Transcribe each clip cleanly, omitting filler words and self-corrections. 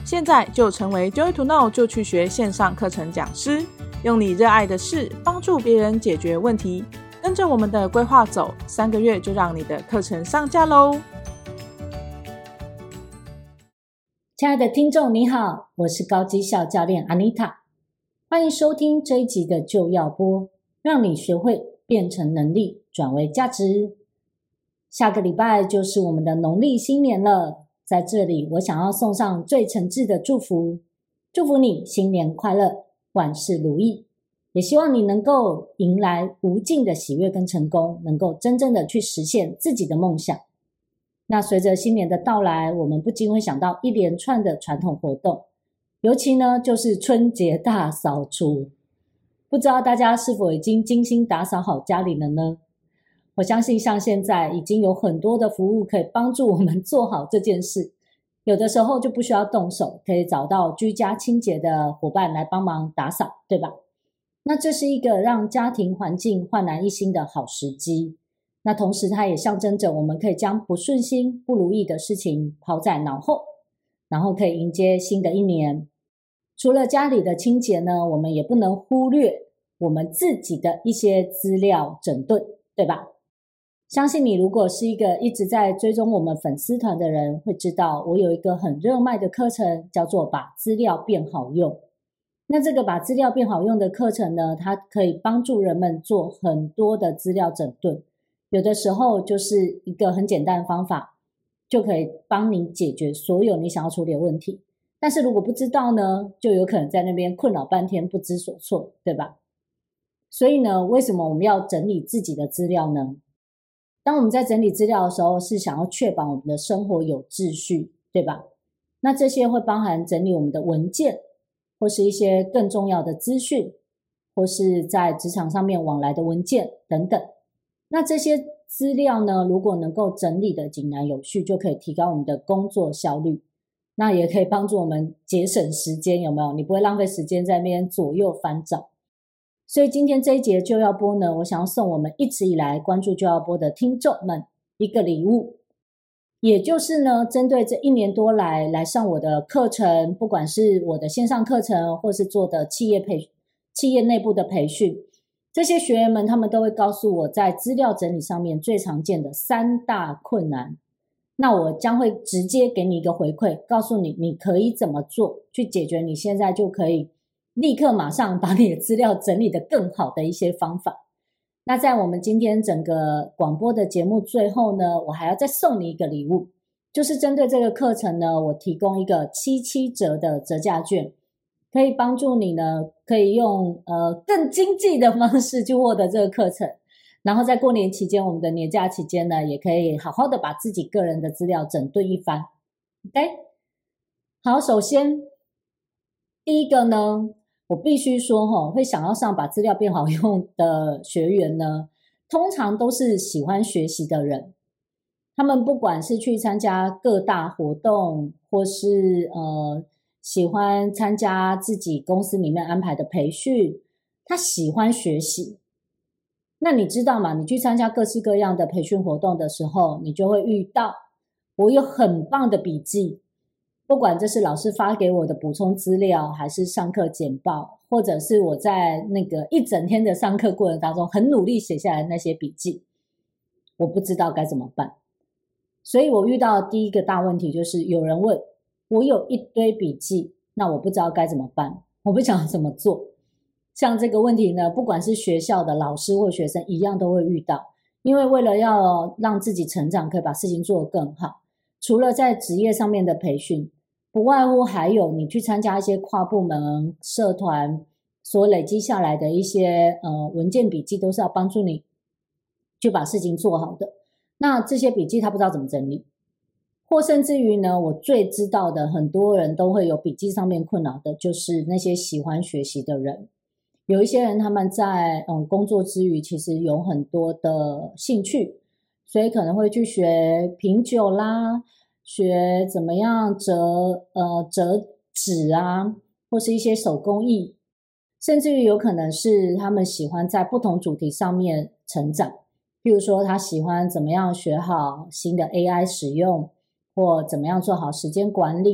现在就成为 Joy to Know 就去学线上课程讲师，用你热爱的事帮助别人解决问题。跟着我们的规划走，3个月就让你的课程上架咯。 亲爱的听众你好，我是高绩效教练 Anita， 欢迎收听这一集的就要播，让你学会变成能力转为价值。下个礼拜就是我们的农历新年了，在这里我想要送上最诚挚的祝福，祝福你新年快乐，万事如意，也希望你能够迎来无尽的喜悦跟成功，能够真正的去实现自己的梦想。那随着新年的到来，我们不禁会想到一连串的传统活动，尤其呢就是春节大扫除。不知道大家是否已经精心打扫好家里了呢？我相信像现在已经有很多的服务可以帮助我们做好这件事，有的时候就不需要动手，可以找到居家清洁的伙伴来帮忙打扫，对吧？那这是一个让家庭环境焕然一新的好时机。那同时它也象征着我们可以将不顺心、不如意的事情抛在脑后，然后可以迎接新的一年。除了家里的清洁呢，我们也不能忽略我们自己的一些资料整顿，对吧？相信你如果是一个一直在追踪我们粉丝团的人，会知道我有一个很热卖的课程，叫做把资料变好用。那这个把资料变好用的课程呢，它可以帮助人们做很多的资料整顿，有的时候就是一个很简单的方法，就可以帮你解决所有你想要处理的问题。但是如果不知道呢，就有可能在那边困扰半天不知所措，对吧？所以呢，为什么我们要整理自己的资料呢？当我们在整理资料的时候，是想要确保我们的生活有秩序，对吧？那这些会包含整理我们的文件，或是一些更重要的资讯，或是在职场上面往来的文件等等。那这些资料呢，如果能够整理的井然有序，就可以提高我们的工作效率，那也可以帮助我们节省时间，有没有？你不会浪费时间在那边左右翻找。所以今天这一节就要播呢，我想要送我们一直以来关注就要播的听众们一个礼物，也就是呢，针对这1年多来上我的课程，不管是我的线上课程，或是做的企业内部的培训，这些学员们他们都会告诉我在资料整理上面最常见的3大困难。那我将会直接给你一个回馈，告诉你你可以怎么做去解决你现在就可以立刻马上把你的资料整理得更好的一些方法。那在我们今天整个广播的节目最后呢，我还要再送你一个礼物，就是针对这个课程呢，我提供一个77折的折价券，可以帮助你呢，可以用更经济的方式去获得这个课程。然后在过年期间，我们的年假期间呢，也可以好好的把自己个人的资料整顿一番。OK， 好，首先第一个呢，我必须说会想要上把资料变好用的学员呢，通常都是喜欢学习的人。他们不管是去参加各大活动，或是喜欢参加自己公司里面安排的培训，他喜欢学习。那你知道吗？你去参加各式各样的培训活动的时候，你就会遇到我有很棒的笔记，不管这是老师发给我的补充资料，还是上课简报，或者是我在那个一整天的上课过程当中很努力写下来的那些笔记，我不知道该怎么办。所以我遇到的第一个大问题就是有人问我有一堆笔记，那我不知道该怎么办，我不晓得怎么做。像这个问题呢，不管是学校的老师或学生一样都会遇到，因为为了要让自己成长，可以把事情做得更好，除了在职业上面的培训，不外乎还有你去参加一些跨部门社团所累积下来的一些文件笔记，都是要帮助你去把事情做好的。那这些笔记他不知道怎么整理，或甚至于呢，我最知道的很多人都会有笔记上面困扰的，就是那些喜欢学习的人。有一些人他们在工作之余其实有很多的兴趣，所以可能会去学品酒啦，学怎么样折纸啊，或是一些手工艺，甚至于有可能是他们喜欢在不同主题上面成长，譬如说他喜欢怎么样学好新的 AI 使用，或怎么样做好时间管理，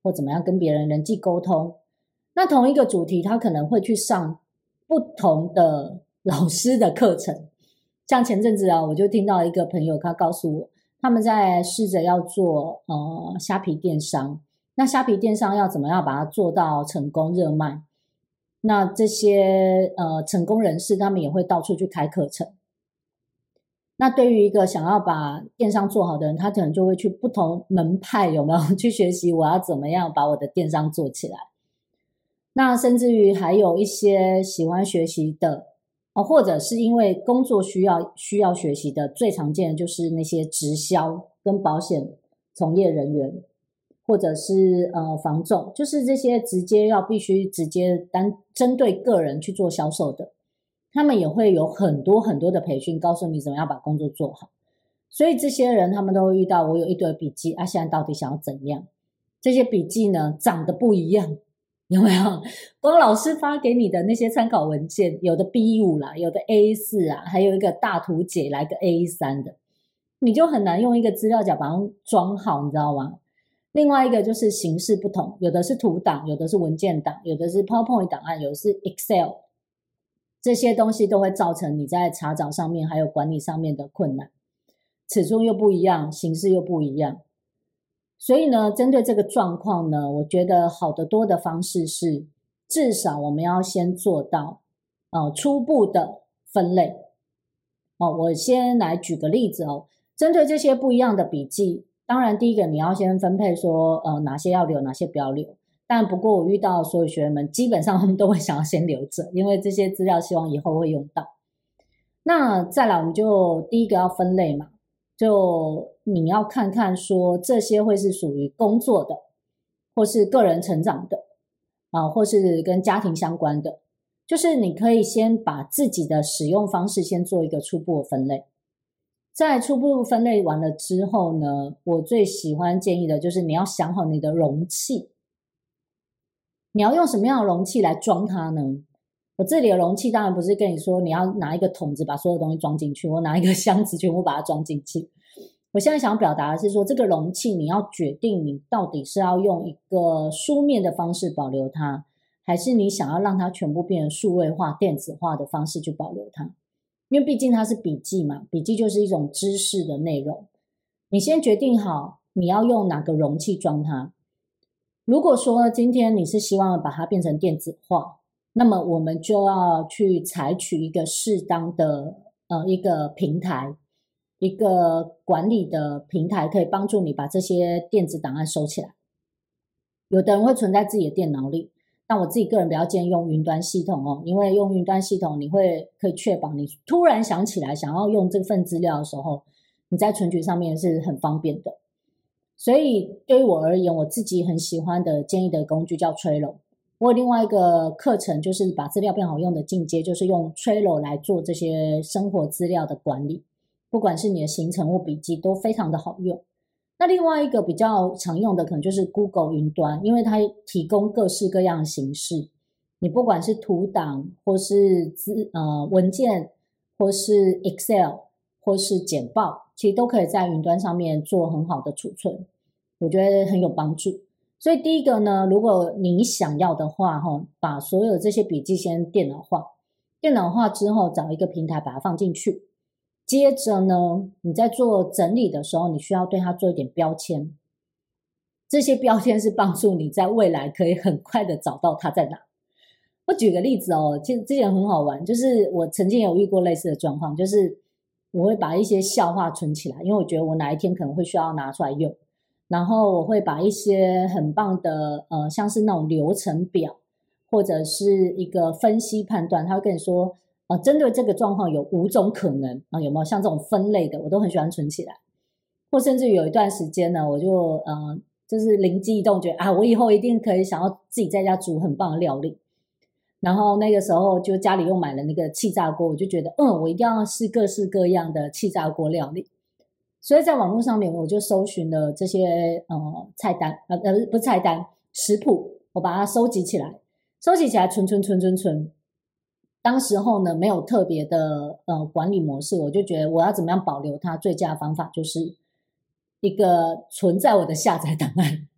或怎么样跟别人人际沟通。那同一个主题，他可能会去上不同的老师的课程。像前阵子我就听到一个朋友，他告诉我，他们在试着要做虾皮电商。那虾皮电商要怎么样把它做到成功热卖？那这些成功人士，他们也会到处去开课程。那对于一个想要把电商做好的人，他可能就会去不同门派有没有去学习我要怎么样把我的电商做起来。那甚至于还有一些喜欢学习的或者是因为工作需要学习的，最常见的就是那些直销跟保险从业人员，或者是房仲，就是这些必须直接针对个人去做销售的，他们也会有很多很多的培训，告诉你怎么样把工作做好。所以这些人他们都会遇到，我有一堆笔记现在到底想要怎样？这些笔记呢长得不一样，有没有？光老师发给你的那些参考文件，有的 B5 啦，有的 A4 啊，还有一个大图解来个 A3 的，你就很难用一个资料夹把它装好，你知道吗？另外一个就是形式不同，有的是图档，有的是文件档，有的是 PowerPoint 档案，有的是 Excel， 这些东西都会造成你在查找上面还有管理上面的困难，尺寸又不一样，形式又不一样。所以呢，针对这个状况呢，我觉得好得多的方式是，至少我们要先做到初步的分类。我先来举个例子针对这些不一样的笔记，当然第一个你要先分配说哪些要留，哪些不要留。但不过我遇到所有学员们，基本上他们都会想要先留着，因为这些资料希望以后会用到。那再来我们就第一个要分类嘛，就你要看看说这些会是属于工作的，或是个人成长的或是跟家庭相关的，就是你可以先把自己的使用方式先做一个初步的分类。在初步分类完了之后呢，我最喜欢建议的就是你要想好你的容器，你要用什么样的容器来装它呢？我这里的容器当然不是跟你说你要拿一个桶子把所有东西装进去，我拿一个箱子全部把它装进去。我现在想表达的是说，这个容器你要决定你到底是要用一个书面的方式保留它，还是你想要让它全部变成数位化、电子化的方式去保留它。因为毕竟它是笔记嘛，笔记就是一种知识的内容。你先决定好你要用哪个容器装它。如果说今天你是希望把它变成电子化，那么我们就要去采取一个适当的一个平台，一个管理的平台，可以帮助你把这些电子档案收起来。有的人会存在自己的电脑里，但我自己个人比较建议用云端系统因为用云端系统你可以确保你突然想起来想要用这份资料的时候，你在存取上面是很方便的。所以对于我而言，我自己很喜欢的建议的工具叫 Trello。我有另外一个课程，就是把资料变好用的进阶，就是用 Trello 来做这些生活资料的管理，不管是你的行程或笔记都非常的好用。那另外一个比较常用的可能就是 Google 云端，因为它提供各式各样的形式，你不管是图档或是文件或是 Excel 或是简报，其实都可以在云端上面做很好的储存，我觉得很有帮助。所以第一个呢，如果你想要的话把所有这些笔记先电脑化，电脑化之后找一个平台把它放进去。接着呢，你在做整理的时候，你需要对它做一点标签。这些标签是帮助你在未来可以很快的找到它在哪。我举个例子其实之前很好玩，就是我曾经有遇过类似的状况，就是我会把一些笑话存起来，因为我觉得我哪一天可能会需要拿出来用。然后我会把一些很棒的像是那种流程表或者是一个分析判断，他会跟你说针对这个状况有5种可能有没有像这种分类的，我都很喜欢存起来。或甚至有一段时间呢，我就就是灵机一动，觉得我以后一定可以想要自己在家煮很棒的料理。然后那个时候就家里又买了那个气炸锅，我就觉得我一定要试各式各样的气炸锅料理。所以在网络上面我就搜寻了这些菜单不是菜单，食谱，我把它收集起来存。当时候呢没有特别的管理模式，我就觉得我要怎么样保留它，最佳的方法就是一个存在我的下载档案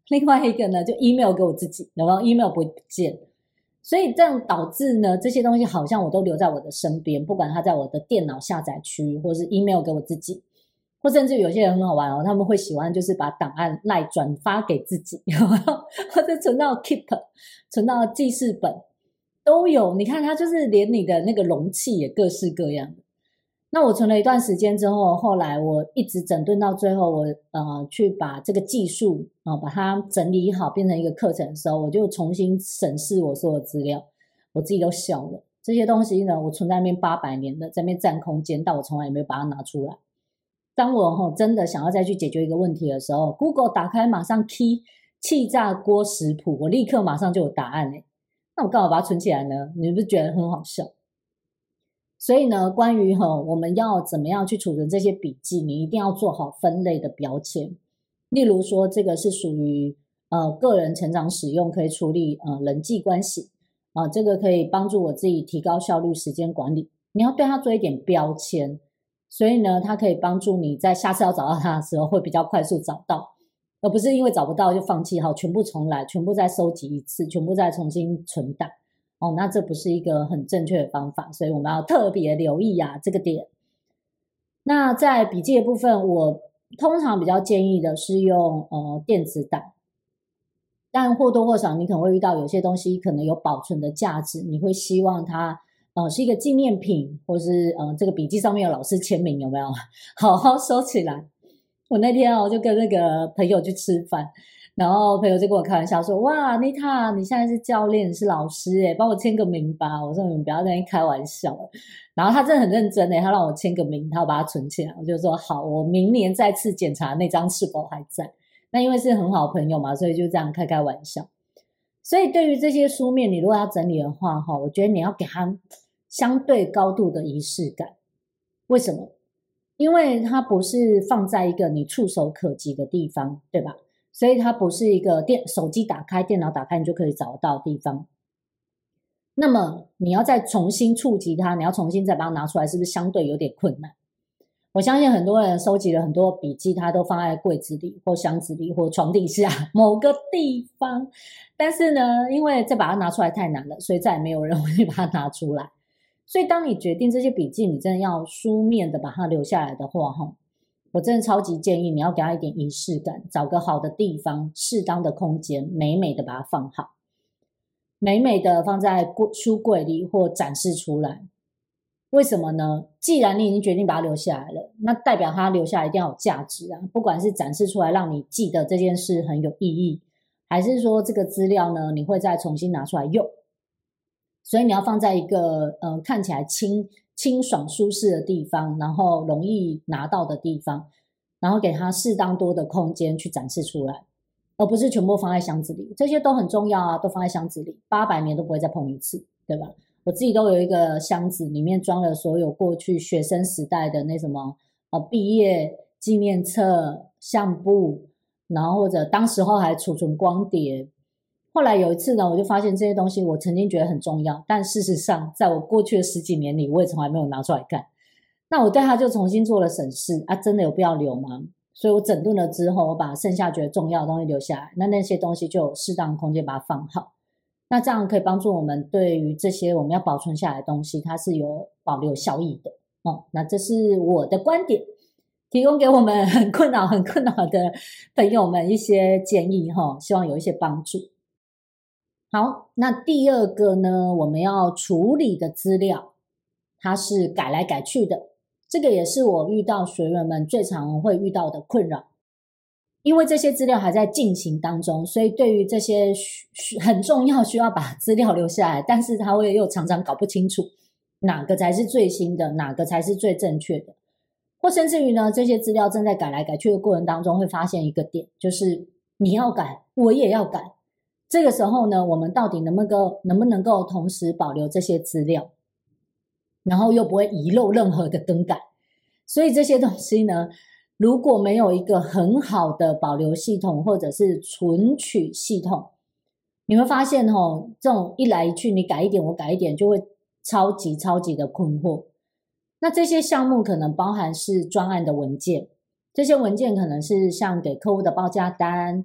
另外一个呢就 email 给我自己，有没有 email 不见，所以这样导致呢这些东西好像我都留在我的身边，不管它在我的电脑下载区，或是 email 给我自己，或甚至有些人很好玩哦，他们会喜欢就是把档案赖转发给自己，或者存到 Keep， 存到记事本都有。你看它就是连你的那个容器也各式各样的。那我存了一段时间之后，后来我一直整顿到最后，我去把这个技术把它整理好变成一个课程的时候，我就重新审视我所有资料，我自己都笑了。这些东西呢，我存在那边800年了，在那边占空间，但我从来也没有把它拿出来。当我真的想要再去解决一个问题的时候， Google 打开马上 key 气炸锅食谱，我立刻马上就有答案耶。那我干嘛把它存起来呢？你不是觉得很好笑？所以呢，关于我们要怎么样去储存这些笔记，你一定要做好分类的标签。例如说，这个是属于个人成长使用，可以处理人际关系这个可以帮助我自己提高效率、时间管理。你要对它做一点标签，所以呢，它可以帮助你在下次要找到它的时候会比较快速找到，而不是因为找不到就放弃，好，全部重来，全部再收集一次，全部再重新存档。那这不是一个很正确的方法，所以我们要特别留意这个点。那在笔记的部分，我通常比较建议的是用电子档，但或多或少你可能会遇到有些东西可能有保存的价值，你会希望它是一个纪念品，或是这个笔记上面有老师签名，有没有好好收起来。我那天就跟那个朋友去吃饭，然后朋友就跟我开玩笑说，哇 Nita 你现在是教练，你是老师耶，帮我签个名吧。我说你们不要在那边开玩笑了。然后他真的很认真耶，他让我签个名，他要把它存起来。我就说好，我明年再次检查那张是否还在。那因为是很好的朋友嘛，所以就这样开开玩笑。所以对于这些书面，你如果要整理的话我觉得你要给它相对高度的仪式感。为什么？因为它不是放在一个你触手可及的地方，对吧？所以它不是一个手机打开、电脑打开你就可以找得到的地方。那么你要再重新触及它，你要重新再把它拿出来，是不是相对有点困难？我相信很多人收集了很多笔记，他都放在柜子里或箱子里或床底下某个地方，但是呢，因为再把它拿出来太难了，所以再也没有人会去把它拿出来。所以当你决定这些笔记你真的要书面的把它留下来的话，我真的超级建议你要给它一点仪式感，找个好的地方，适当的空间，美美的把它放好，美美的放在书柜里或展示出来。为什么呢？既然你已经决定把它留下来了，那代表它留下来一定要有价值啊！不管是展示出来让你记得这件事很有意义，还是说这个资料呢你会再重新拿出来用，所以你要放在一个看起来清爽舒适的地方，然后容易拿到的地方，然后给它适当多的空间去展示出来，而不是全部放在箱子里。这些都很重要啊，都放在箱子里，800年都不会再碰一次，对吧？我自己都有一个箱子，里面装了所有过去学生时代的那什么毕业纪念册、相簿，然后或者当时候还储存光碟。后来有一次呢，我就发现这些东西我曾经觉得很重要，但事实上在我过去的10几年里，我也从来没有拿出来看。那我对它就重新做了审视真的有必要留吗？所以我整顿了之后，我把剩下觉得重要的东西留下来，那些东西就有适当的空间把它放好。那这样可以帮助我们对于这些我们要保存下来的东西，它是有保留效益的那这是我的观点，提供给我们很困扰的朋友们一些建议希望有一些帮助。好，那第二个呢，我们要处理的资料，它是改来改去的，这个也是我遇到学员们最常会遇到的困扰。因为这些资料还在进行当中，所以对于这些很重要需要把资料留下来，但是他会又常常搞不清楚哪个才是最新的，哪个才是最正确的，或甚至于呢，这些资料正在改来改去的过程当中，会发现一个点，就是你要改，我也要改。这个时候呢，我们到底能不能够同时保留这些资料，然后又不会遗漏任何的更改？所以这些东西呢，如果没有一个很好的保留系统或者是存取系统，你会发现这种一来一去，你改一点我改一点，就会超级的困惑。那这些项目可能包含是专案的文件，这些文件可能是像给客户的报价单，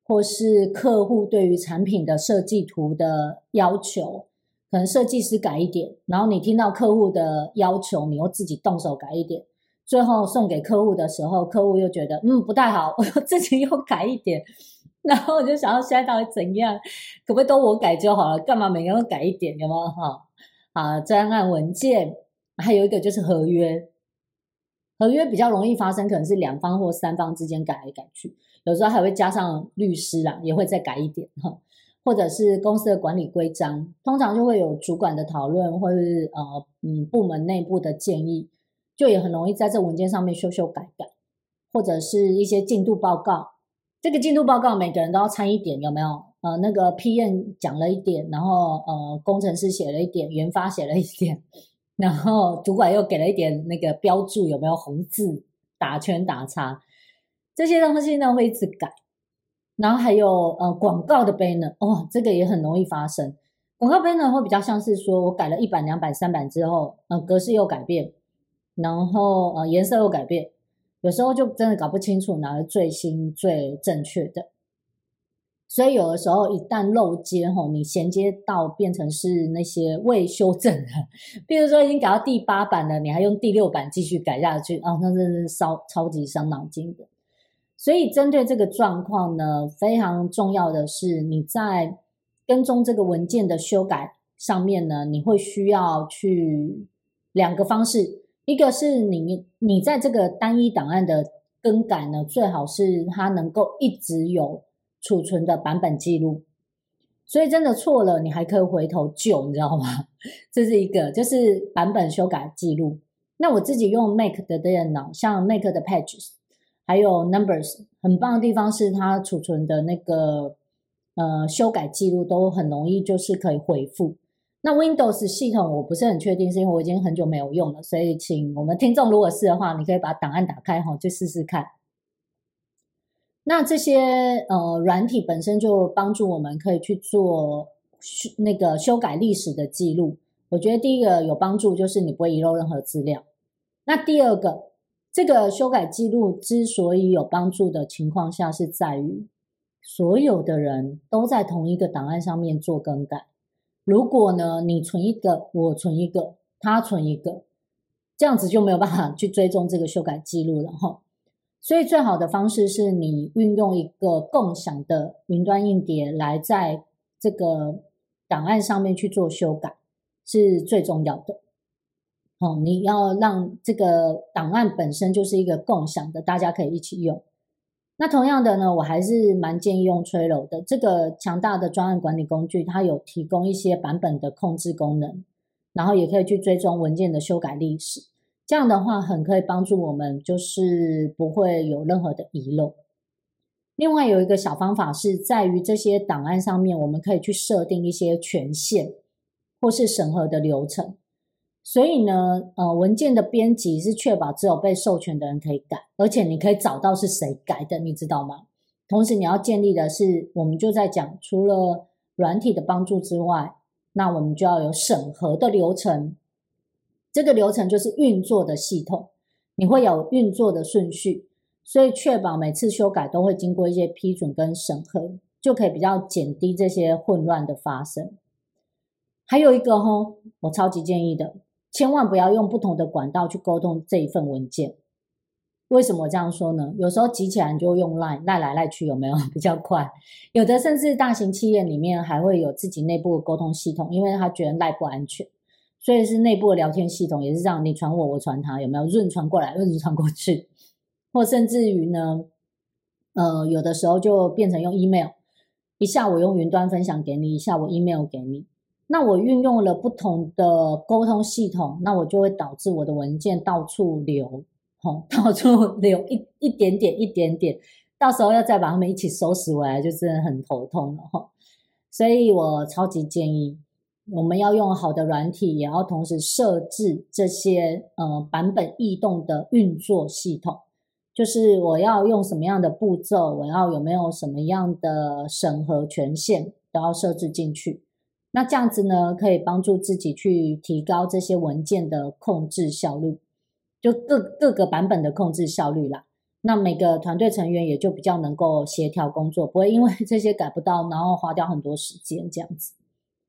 或是客户对于产品的设计图的要求，可能设计师改一点，然后你听到客户的要求，你又自己动手改一点，最后送给客户的时候，客户又觉得不太好，我自己又改一点，然后我就想要现在到底怎样，可不可以都我改就好了，干嘛每个人都改一点，有没有专案文件，还有一个就是合约。合约比较容易发生，可能是2方或3方之间改来改去，有时候还会加上律师啦，也会再改一点或者是公司的管理规章，通常就会有主管的讨论，或者是部门内部的建议，就也很容易在这文件上面修修改改，或者是一些进度报告，这个进度报告每个人都要参一点，有没有？那个 PM 讲了一点，然后工程师写了一点，研发写了一点。然后主管又给了一点那个标注，有没有红字、打圈、打叉，这些东西呢会一直改。然后还有广告的 banner，这个也很容易发生。广告 banner 会比较像是说我改了1版、2版、3版之后，格式又改变，然后颜色又改变，有时候就真的搞不清楚哪个最新最正确的。所以有的时候一旦漏接你衔接到变成是那些未修正的，比如说已经改到第8版了，你还用第6版继续改下去，那真是超级伤脑筋的。所以针对这个状况呢，非常重要的是你在跟踪这个文件的修改上面呢，你会需要去2个方式，一个是你在这个单一档案的更改呢，最好是它能够一直有储存的版本记录，所以真的错了，你还可以回头救，你知道吗？这是一个，就是版本修改记录。那我自己用 Mac 的电脑，像 Mac 的 Pages， 还有 Numbers， 很棒的地方是它储存的那个修改记录都很容易，就是可以回复。那 Windows 系统我不是很确定，是因为我已经很久没有用了，所以请我们听众如果是的话，你可以把档案打开去试试看。那这些软体本身就帮助我们可以去做那个修改历史的记录。我觉得第一个有帮助就是你不会遗漏任何资料。那第二个，这个修改记录之所以有帮助的情况下是在于所有的人都在同一个档案上面做更改。如果呢你存一个，我存一个，他存一个，这样子就没有办法去追踪这个修改记录了所以最好的方式是你运用一个共享的云端硬碟来在这个档案上面去做修改，是最重要的。你要让这个档案本身就是一个共享的，大家可以一起用。那同样的呢，我还是蛮建议用 Trello 的，这个强大的专案管理工具，它有提供一些版本的控制功能，然后也可以去追踪文件的修改历史。这样的话很可以帮助我们，就是不会有任何的遗漏。另外有一个小方法是在于这些档案上面，我们可以去设定一些权限或是审核的流程。所以呢文件的编辑是确保只有被授权的人可以改，而且你可以找到是谁改的，你知道吗？同时你要建立的是，我们就在讲除了软体的帮助之外，那我们就要有审核的流程。这个流程就是运作的系统，你会有运作的顺序，所以确保每次修改都会经过一些批准跟审核，就可以比较减低这些混乱的发生。还有一个我超级建议的，千万不要用不同的管道去沟通这一份文件。为什么我这样说呢？有时候急起来你就用 LINE 来赖去，有没有比较快？有的甚至大型企业里面还会有自己内部的沟通系统，因为他觉得 LINE 不安全，所以是内部的聊天系统也是这样，你传我，我传他，有没有？润传过来，润传过去，或甚至于呢有的时候就变成用 email， 一下我用云端分享给你，一下我 email 给你。那我运用了不同的沟通系统，那我就会导致我的文件到处流到处流一点点一点点，到时候要再把它们一起收拾回来就真的很头痛了所以我超级建议我们要用好的软体，也要同时设置这些版本异动的运作系统，就是我要用什么样的步骤，我要有没有什么样的审核权限都要设置进去。那这样子呢，可以帮助自己去提高这些文件的控制效率，就各个版本的控制效率啦。 那每个团队成员也就比较能够协调工作，不会因为这些改不到，然后花掉很多时间这样子。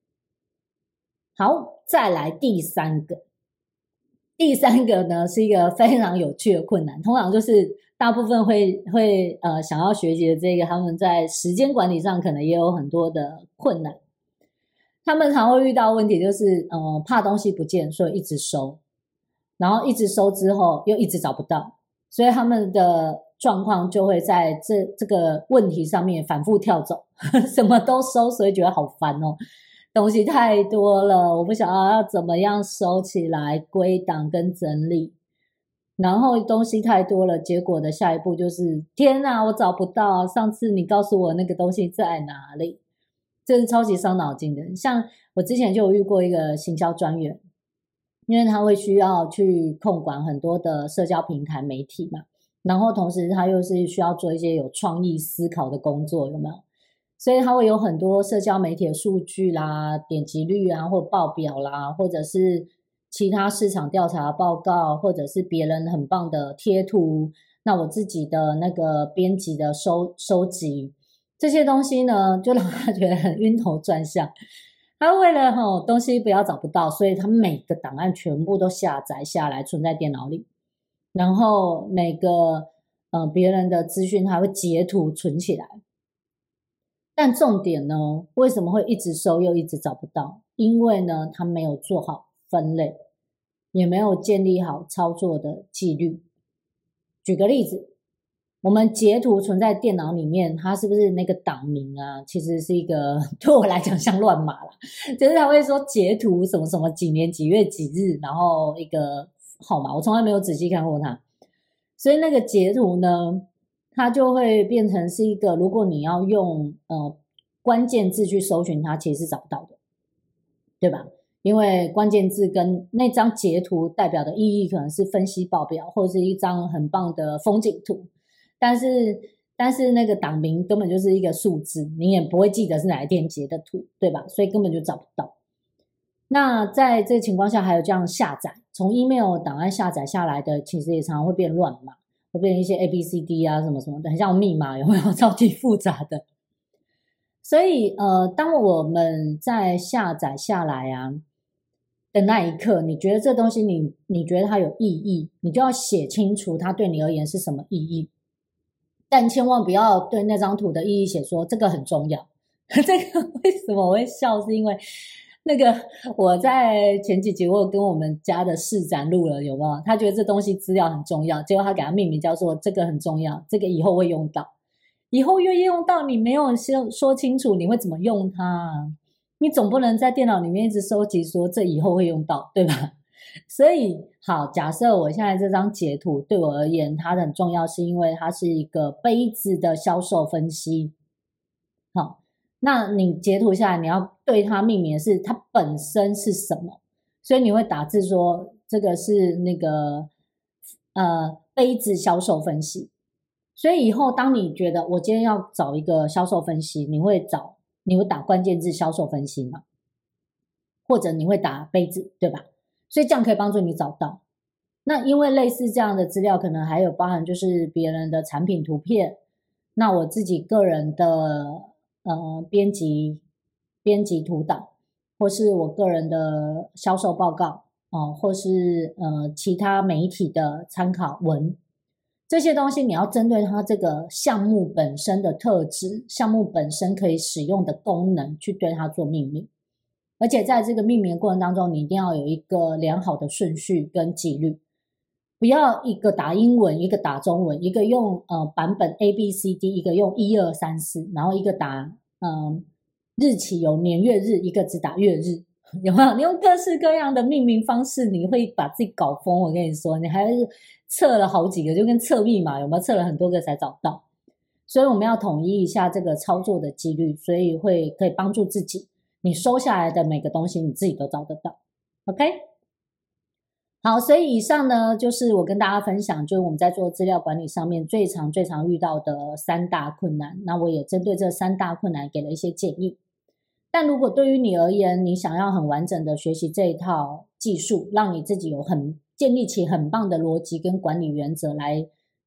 好，再来第三个。第三个呢是一个非常有趣的困难，通常就是大部分会想要学习的这个，他们在时间管理上可能也有很多的困难。他们常会遇到问题就是怕东西不见，所以一直收，然后一直收之后又一直找不到，所以他们的状况就会在这个问题上面反复跳走什么都收，所以觉得好烦哦，东西太多了，我不晓得要怎么样收起来归档跟整理，然后东西太多了，结果的下一步就是天哪，我找不到上次你告诉我那个东西在哪里，这是超级伤脑筋的。像我之前就有遇过一个行销专员，因为他会需要去控管很多的社交平台媒体嘛，然后同时他又是需要做一些有创意思考的工作，有没有？所以他会有很多社交媒体的数据啦、点击率啊，或报表啦，或者是其他市场调查报告，或者是别人很棒的贴图，那我自己的那个编辑的收集，这些东西呢，就让他觉得很晕头转向。他为了东西不要找不到，所以他每个档案全部都下载下来，存在电脑里，然后每个别人的资讯他会截图存起来。但重点呢，为什么会一直收又一直找不到？因为呢，他没有做好分类，也没有建立好操作的纪律。举个例子，我们截图存在电脑里面，它是不是那个档名啊？其实是一个对我来讲像乱码啦，就是他会说截图什么什么几年几月几日，然后一个号码，我从来没有仔细看过它。所以那个截图呢，它就会变成是一个，如果你要用关键字去搜寻它，其实是找不到的，对吧？因为关键字跟那张截图代表的意义可能是分析报表，或者是一张很棒的风景图，但是那个档名根本就是一个数字，你也不会记得是哪一天截的图，对吧？所以根本就找不到。那在这个情况下，还有这样下载，从 email 档案下载下来的，其实也常常会变乱码，会变成一些 ABCD 啊什么什么的，很像密码，有没有？超级复杂的。所以当我们在下载下来啊的那一刻，你觉得这东西你觉得它有意义，你就要写清楚它对你而言是什么意义，但千万不要对那张图的意义写说这个很重要。这个为什么我会笑，是因为那个我在前几集我有跟我们家的市长录了，有没有？他觉得这东西资料很重要，结果他给他命名叫做这个很重要，这个以后会用到。以后越用到，你没有说清楚你会怎么用它啊，你总不能在电脑里面一直收集说这以后会用到，对吧？所以好，假设我现在这张截图对我而言它很重要，是因为它是一个杯子的销售分析。好，那你截图下来，你要对它命名的是它本身是什么，所以你会打字说这个是那个杯子销售分析。所以以后当你觉得我今天要找一个销售分析，你会打关键字销售分析吗？或者你会打杯子，对吧？所以这样可以帮助你找到。那因为类似这样的资料可能还有包含就是别人的产品图片，那我自己个人的编辑图档，或是我个人的销售报告或是其他媒体的参考文，这些东西你要针对它这个项目本身的特质，项目本身可以使用的功能去对它做命名。而且在这个命名的过程当中，你一定要有一个良好的顺序跟纪律，不要一个打英文，一个打中文，一个用版本 ABCD， 一个用1234，然后一个打日期有年月日，一个只打月日，有没有？你用各式各样的命名方式，你会把自己搞疯。我跟你说，你还是测了好几个，就跟测密码，有没有？测了很多个才找到。所以我们要统一一下这个操作的纪律，所以可以帮助自己，你收下来的每个东西你自己都找得到。 OK， 好，所以以上呢就是我跟大家分享，就是我们在做资料管理上面最常遇到的3大困难。那我也针对这3大困难给了一些建议。但如果对于你而言，你想要很完整的学习这一套技术，让你自己有建立起很棒的逻辑跟管理原则来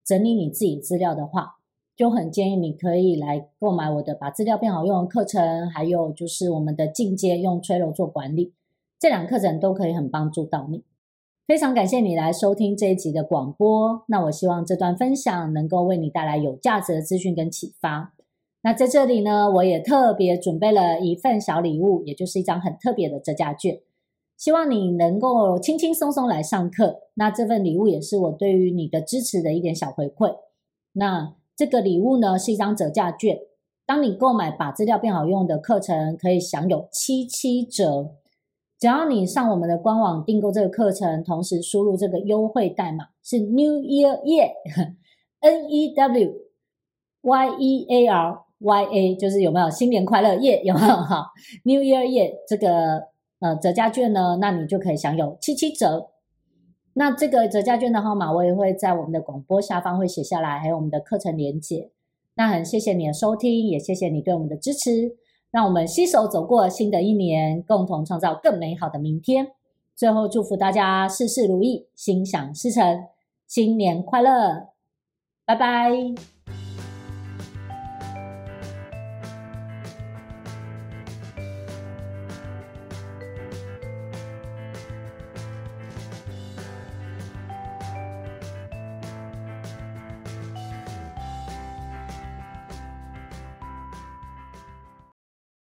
整理你自己资料的话，就很建议你可以来购买我的把资料变好用的课程，还有就是我们的进阶用 Trello 做管理，这两个课程都可以很帮助到你。非常感谢你来收听这一集的广播，那我希望这段分享能够为你带来有价值的资讯跟启发。那在这里呢，我也特别准备了一份小礼物，也就是一张很特别的折价券，希望你能够轻轻松松来上课。那这份礼物也是我对于你的支持的一点小回馈。那这个礼物呢是一张折价券，当你购买把资料变好用的课程，可以享有77折。只要你上我们的官网订购这个课程，同时输入这个优惠代码是 New Year Year NEWYEARYA， 就是有没有新年快乐夜，有没有哈 New Year Year 这个折价券呢，那你就可以享有77折。那这个折价券的号码我也会在我们的广播下方会写下来，还有我们的课程连结。那很谢谢你的收听，也谢谢你对我们的支持，让我们携手走过新的一年，共同创造更美好的明天。最后祝福大家事事如意，心想事成，新年快乐，拜拜。